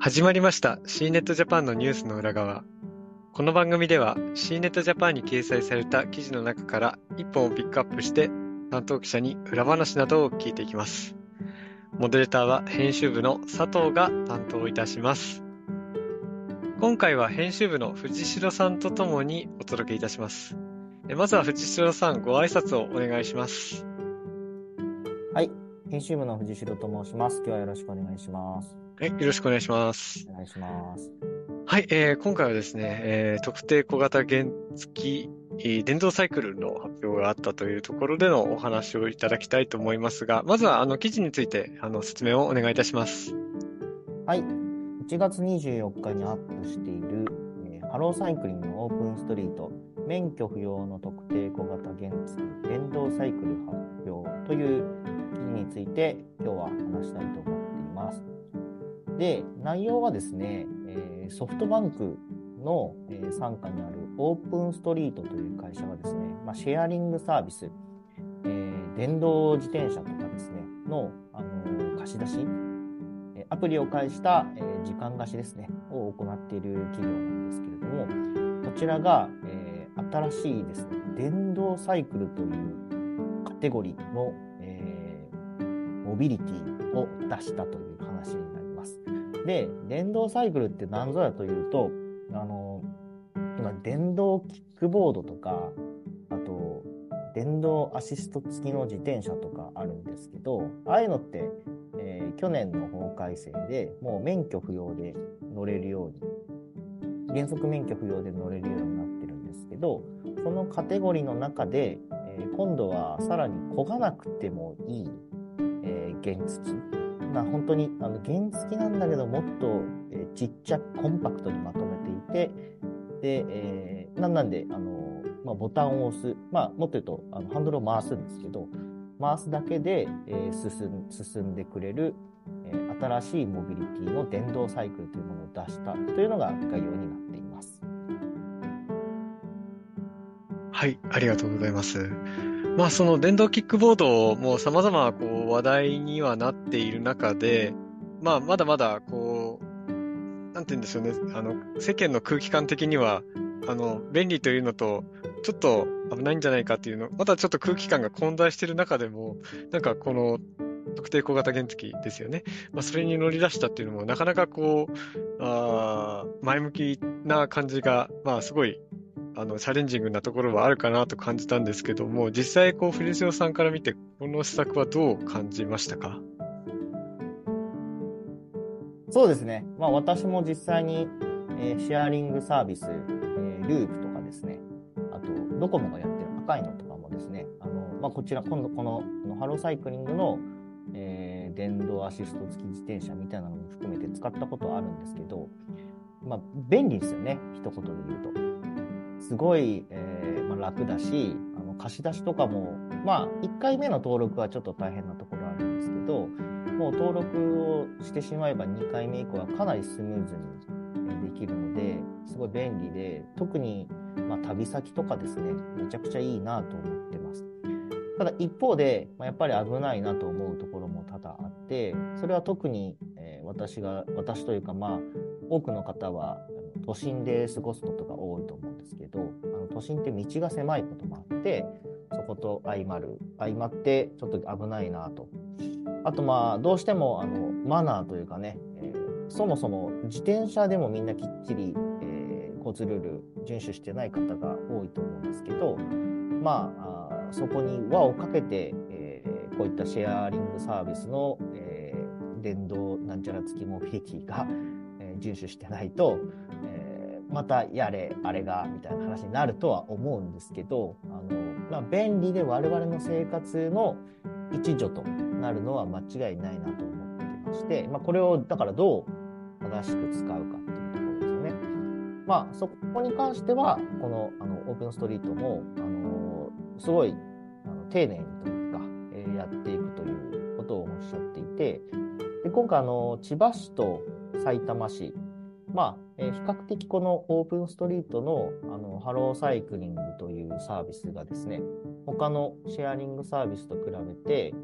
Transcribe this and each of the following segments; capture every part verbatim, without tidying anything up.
始まりました シーネット ジャパンのニュースの裏側。この番組では シーネット ジャパンに掲載された記事の中から一本をピックアップして担当記者に裏話などを聞いていきます。モデレーターは編集部の佐藤が担当いたします。今回は編集部の藤代さんとともにお届けいたします。まずは藤代さん、ご挨拶をお願いします。 はい、編集部の藤代と申します。今日はよろしくお願いします。 はい、よろしくお願いします。 お願いします。 はい、えー、今回はですね、えー、特定小型原付電動サイクルの発表があったというところでのお話をいただきたいと思いますが、まずはあの記事についてあの説明をお願いいたします。 はい、いちがつにじゅうよっかにアップしている、えー、ハローサイクリングのオープンストリート免許不要の特定小型原付電動サイクル発表という記事について今日は話したいと思っています。で、内容はですね、えー、ソフトバンクの、えー、傘下にあるオープンストリートという会社がですね、まあ、シェアリングサービス、えー、電動自転車とかですねの、あのー、貸し出し、えー、アプリを介した、えー、時間貸しですねを行っている企業なんですけれども、こちらが、えー、新しいですね電動サイクルというカテゴリーの、えー、モビリティを出したという話になります。で、電動サイクルって何ぞやというと、あの今電動キックボードとか、あと電動アシスト付きの自転車とかあるんですけど、ああいうのって、えー、去年の法改正でもう免許不要で乗れるように、原則免許不要で乗れるようになってるんですけど、そのカテゴリーの中で、えー、今度はさらに漕がなくてもいい、えー、原付、まあ、本当にあの原付なんだけどもっと、えー、ちっちゃくコンパクトにまとめていて、で、えー、なんなんであの、まあ、ボタンを押す、まあ、もっと言うとあのハンドルを回すんですけど、回すだけで、えー、進ん、進んでくれる、えー、新しいモビリティの電動サイクルというものを出したというのが概要になっています。 はい、ありがとうございます。まあその電動キックボードも様々こう話題にはなっている中で、まあまだまだこう、なんて言うんでしょうね、あの世間の空気感的には、あの便利というのと、ちょっと危ないんじゃないかっていうの、まだちょっと空気感が混在している中でも、なんかこの特定小型原付ですよね。まあそれに乗り出したっていうのも、なかなかこう、あ前向きな感じが、まあすごい、あの、チャレンジングなところはあるかなと感じたんですけども、実際、こう、藤代さんから見て、この施策はどう感じましたか？ そうですね。まあ私も実際に、えー、シェアリングサービス、えー、ループとかですね、あとドコモがやってる赤いのとかもですね、あの、まあこちら、今度この、このハローサイクリングの、えー、電動アシスト付き自転車みたいなのも含めて使ったことはあるんですけど、まあ便利ですよね、一言で言うと。すごい、えーまあ、楽だし、あの貸し出しとかも、まあ、いっかいめの登録はちょっと大変なところあるんですけど、もう登録をしてしまえばにかいめ以降はかなりスムーズにできるので、すごい便利で、特に、まあ、旅先とかですね、めちゃくちゃいいなと思ってます。ただ一方で、まあ、やっぱり危ないなと思うところも多々あって、それは特に、えー私が、私というか、まあ、多くの方は都心で過ごすことが多いと思うんですけど、あの都心って道が狭いこともあって、そこと相まる、相まってちょっと危ないなと。あとまあ、どうしてもあのマナーというかね、えーそもそも自転車でもみんなきっちり、えー交通ルール遵守してない方が多いと思うんですけど、まあ、あそこに輪をかけて、えーこういったシェアリングサービスの、えー電動なんちゃら付きモビリティが、えー遵守してないと、えーまたやれあれがみたいな話になるとは思うんですけど、あの、まあ、便利で我々の生活の一助となるのは間違いないなと思ってまして、まあ、これをだからどう正しく使うかっていうところですよね。まあ、そこに関してはこの、あのオープンストリートも、あのすごいあの丁寧にというか、えーやっていくということをおっしゃっていて、で今回あの千葉市とさいたま市、まあえー比較的このオープンストリートの、あのハローサイクリングというサービスがですね、他のシェアリングサービスと比べて、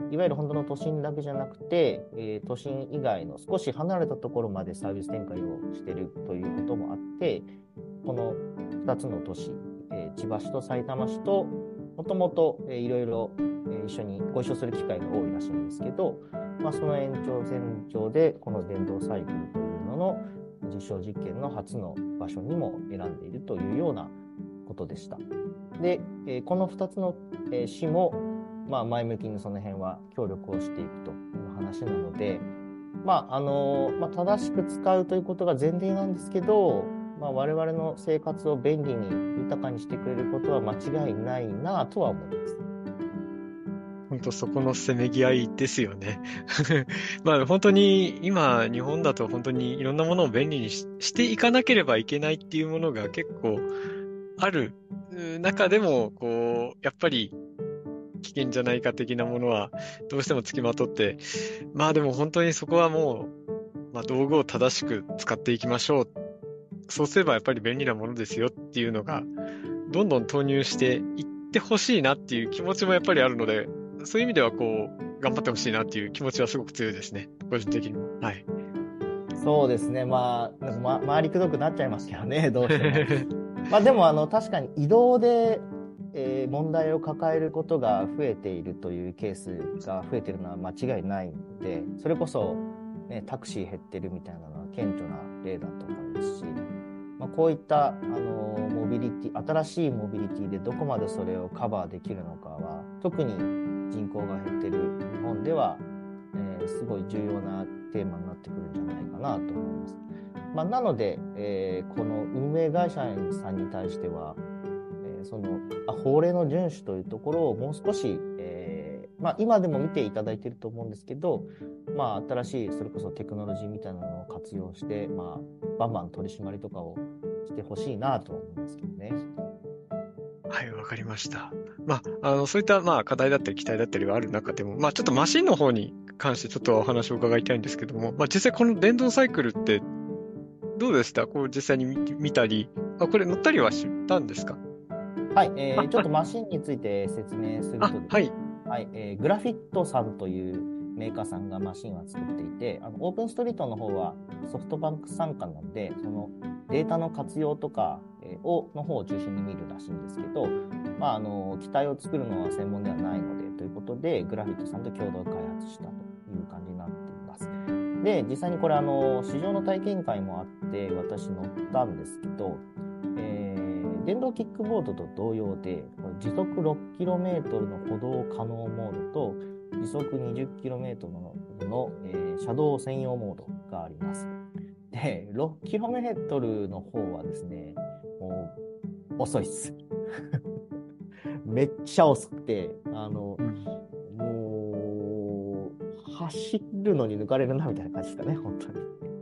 いわゆる本当の都心だけじゃなくて、えー都心以外の少し離れたところまでサービス展開をしているということもあって、このふたつの都市、えー千葉市と埼玉市と、もともといろいろ一緒にご一緒する機会が多いらしいんですけど、まあ、その延長線上でこの電動サイクルというのの実証実験の初の場所にも選んでいるというようなことでした。で、えーこのふたつの、えー市も、まあ、前向きにその辺は協力をしていくという話なので、まああのーまあ、正しく使うということが前提なんですけど、まあ、我々の生活を便利に豊かにしてくれることは間違いないなとは思います。 本当そこのせめぎ合いですよね。まあ本当に今日本だと本当にいろんなものを便利にし、していかなければいけないっていうものが結構あるう中でも、こう、やっぱり危険じゃないか的なものはどうしてもつきまとって、まあでも本当にそこはもう、まあ道具を正しく使っていきましょう。そうすればやっぱり便利なものですよっていうのが、どんどん投入していってほしいなっていう気持ちもやっぱりあるので、そういう意味ではこう、頑張ってほしいなっていう気持ちはすごく強いですね。個人的にも。はい。 そうですね。まあ、なんか、ま、回りくどくなっちゃいますけどね、どうしても。まあでも、あの、確かに移動で、えー問題を抱えることが増えているというケースが増えているのは間違いないので、それこそ、ね、タクシー減ってるみたいなのは顕著な例だと思いますし、まあ、こういった、あのモビリティ、新しいモビリティでどこまでそれをカバーできるのかは、特に人口が減ってる日本では、えーすごい重要なテーマになってくるんじゃないかなと思います。まあ、なので、えーこの運営会社さんに対しては、えーそのあ法令の遵守というところをもう少し、えーまあ、今でも見ていただいていると思うんですけど、まあ、新しいそれこそテクノロジーみたいなのを活用して、まあ、バンバン取り締まりとかをしてほしいなと思いますけどね。 はい、わかりました。まあ、あの、そういった、まあ、課題だったり期待だったりがある中でも、まあ、ちょっとマシンの方に関してちょっとお話を伺いたいんですけども、まあ、実際この電動サイクルってどうでしたこう実際に見見たり、あ、これ乗ったりはしたんですか？ はい、えあ、 ーちょっとマシンについて説明するあ、 とですね、 はい。 はいえーグラフィットさんというメーカーさんがマシンは作っていて、あのオープンストリートの方はソフトバンク傘下なので、そのデータの活用とか、えーをの方を中心に見るらしいんですけど、まあ、あの機体を作るのは専門ではないのでということで、グラフィットさんと共同開発したという感じになっています。で、実際にこれあの市場の体験会もあって私乗ったんですけど、えー電動キックボードと同様で、これ時速 ろっキロメートル の歩道可能モードと時速 にじゅっキロメートル の、の、えー車道専用モードがあります。で、ろっキロメートル の方はですね、もう遅いっす。めっちゃ遅くて、あの、 うん。 もう、走るのに抜かれるなみたいな感じですかね、本当に。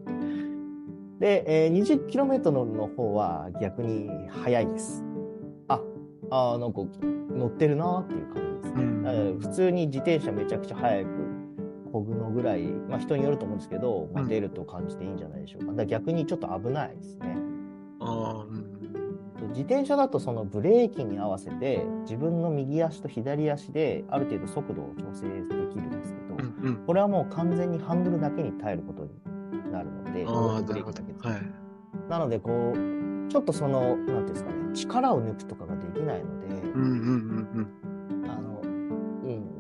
で、えー、にじゅっキロメートル の方は逆に速いです。あ、あーなんか乗ってるなーっていう感じですうね。 ん。 普通に自転車めちゃくちゃ速く漕ぐのぐらい、まあ人によると思うんですけど、まあ、 うん。 出ると感じていいんじゃないでしょうか。だから逆にちょっと危ないですね。 ああ、うん。 自転車だとそのブレーキに合わせて自分の右足と左足である程度速度を調整できるんですけど、 うん。うん。 これはもう完全にハンドルだけに耐えることになるので、 ああ、 ブなるほど。 レーキだけです。 はい。 なので、こう、ちょっとその、なんていうんですかね、力を抜くとかができないので、 うん。うん。うん。 あの、うん、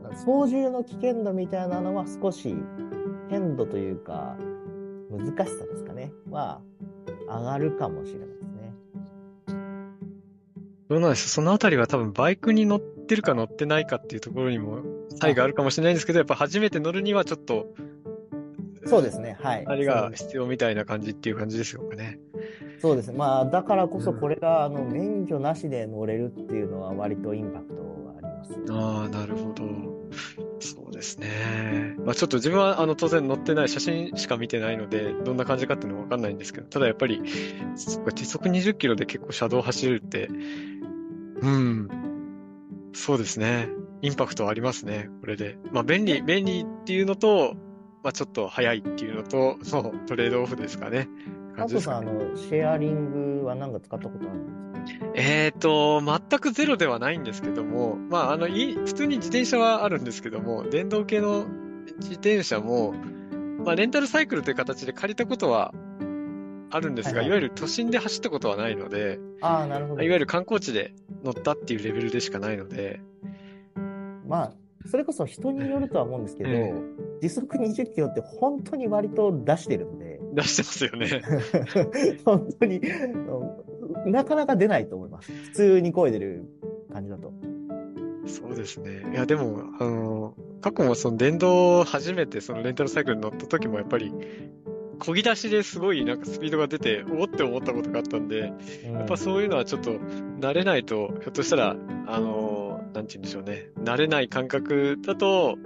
操縦の危険度みたいなのは少し、変度というか、難しさですかね、は上がるかもしれないですね。 どうなんですそのあたりは多分バイクに乗ってるか乗ってないかっていうところにも差異あ、 があるかもしれないんですけど、やっぱ初めて乗るにはちょっと、 そうですね、はい。 あれそのが必要みたいな感じっていう感じですよね。 そうですね。まあ、だからこそこうん。 れが、あの、免許なしで乗れるっていうのは割とインパクトがあります。 ああ、なるほど。そうですね。まあちょっと自分はあの当然乗ってない写真しか見てないので、どんな感じかっていうのはわかんないんですけど、ただやっぱり、そっか時速にじゅっキロで結構車道走れるって、うん、そうですね。インパクトありますね、これで。まあ便利、便利っていうのと、まあちょっと速いっていうのと、そう、トレードオフですかね。感佐藤さん、あじですかね。 の、シェアリングは何か使ったことあるんですか？ えーと、全くゼロではないんですけども、まあ、あの、い、普通に自転車はあるんですけども、電動系の自転車も、まあ、レンタルサイクルという形で借りたことはあるんですが、 はいはい。 いわゆる都心で走ったことはないので、 ああ、なるほどですね。 いわゆる観光地で乗ったっていうレベルでしかないので、 まあ、それこそ人によるとは思うんですけど、 え時速にじゅっキロって本当に割と出してるんで、 え、出してますよね。 本当に、うんなかなか出ないと思います。普通に漕いでる感じだと。 そうですね。いや、でも、あの、過去もその電動初めてそのレンタルサイクルに乗った時もやっぱり、漕ぎ出しですごいなんかスピードが出て、おおって思ったことがあったんで、やっぱうん。 そういうのはちょっと慣れないと、ひょっとしたら、あの、なんて言うんでしょうね。慣れない感覚だと、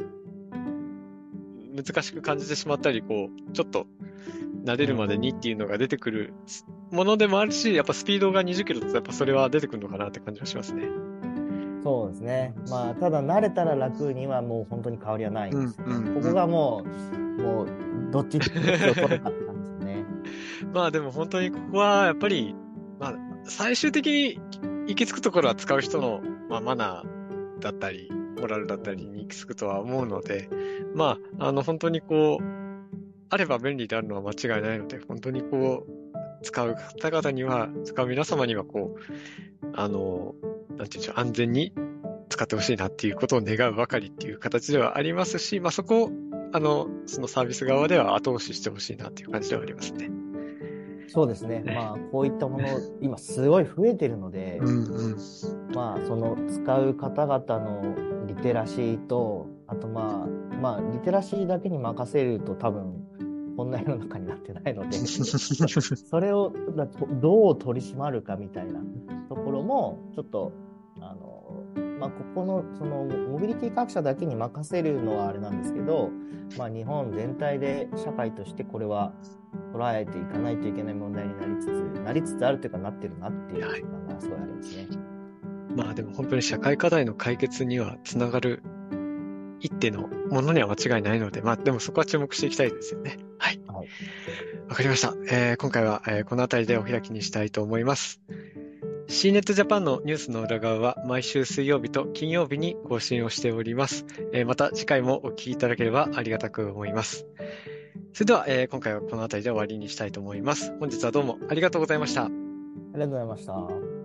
難しく感じてしまったり、こう、ちょっと慣れるまでうん。 にっていうのが出てくるものでもあるし、やっぱスピードがにじゅっキロだとやっぱそれは出てくるのかなって感じはしますね。 そうですね。まあ、ただ慣れたら楽にはもう本当に変わりはないうん、 んですよね。 うん、 ここうん。 がもう、もう、どっち、どっちを取るかって感じですよね。 まあでも本当にここはやっぱり、まあ最終的に行き着くところは使う人の、まあ、マナーだったり、モラルだったりうん。 に行き着くとは思うので、まあ、あの本当にこう、あれば便利であるのは間違いないので、本当にこう、使う方々には、使う皆様にはこう、あの、なんていうんでしょう、安全に使ってほしいなっていうことを願うばかりっていう形ではありますし、まあそこを、あの、そのサービス側では後押ししてほしいなっていう感じではありますね。 そうですね。 ね。 まあ、こういったもの、今すごい増えてるので、 うんうん。 まあ、その使う方々のリテラシーと、あとまあ、まあ、リテラシーだけに任せると多分、こんな世の中になってないのでそれをだどう取り締まるかみたいなところも、ちょっと、あの、まあ、ここの、その、モビリティ各社だけに任せるのはあれなんですけど、まあ、日本全体で社会としてこれは捉えていかないといけない問題になりつつ、なりつつあるというかなってるなっていうはい。 実感がすごいありますね。 まあでも本当に社会課題の解決にはつながる一手のものには間違いないので、まあでもそこは注目していきたいですよね。はい。 はい。 わかりました。えー今回は、えーこの辺りでお開きにしたいと思います。シーネット Japan のニュースの裏側は毎週水曜日と金曜日に更新をしております。えーまた次回もお聞きいただければありがたく思います。それでは、えー今回はこの辺りで終わりにしたいと思います。本日はどうもありがとうございました。 ありがとうございました。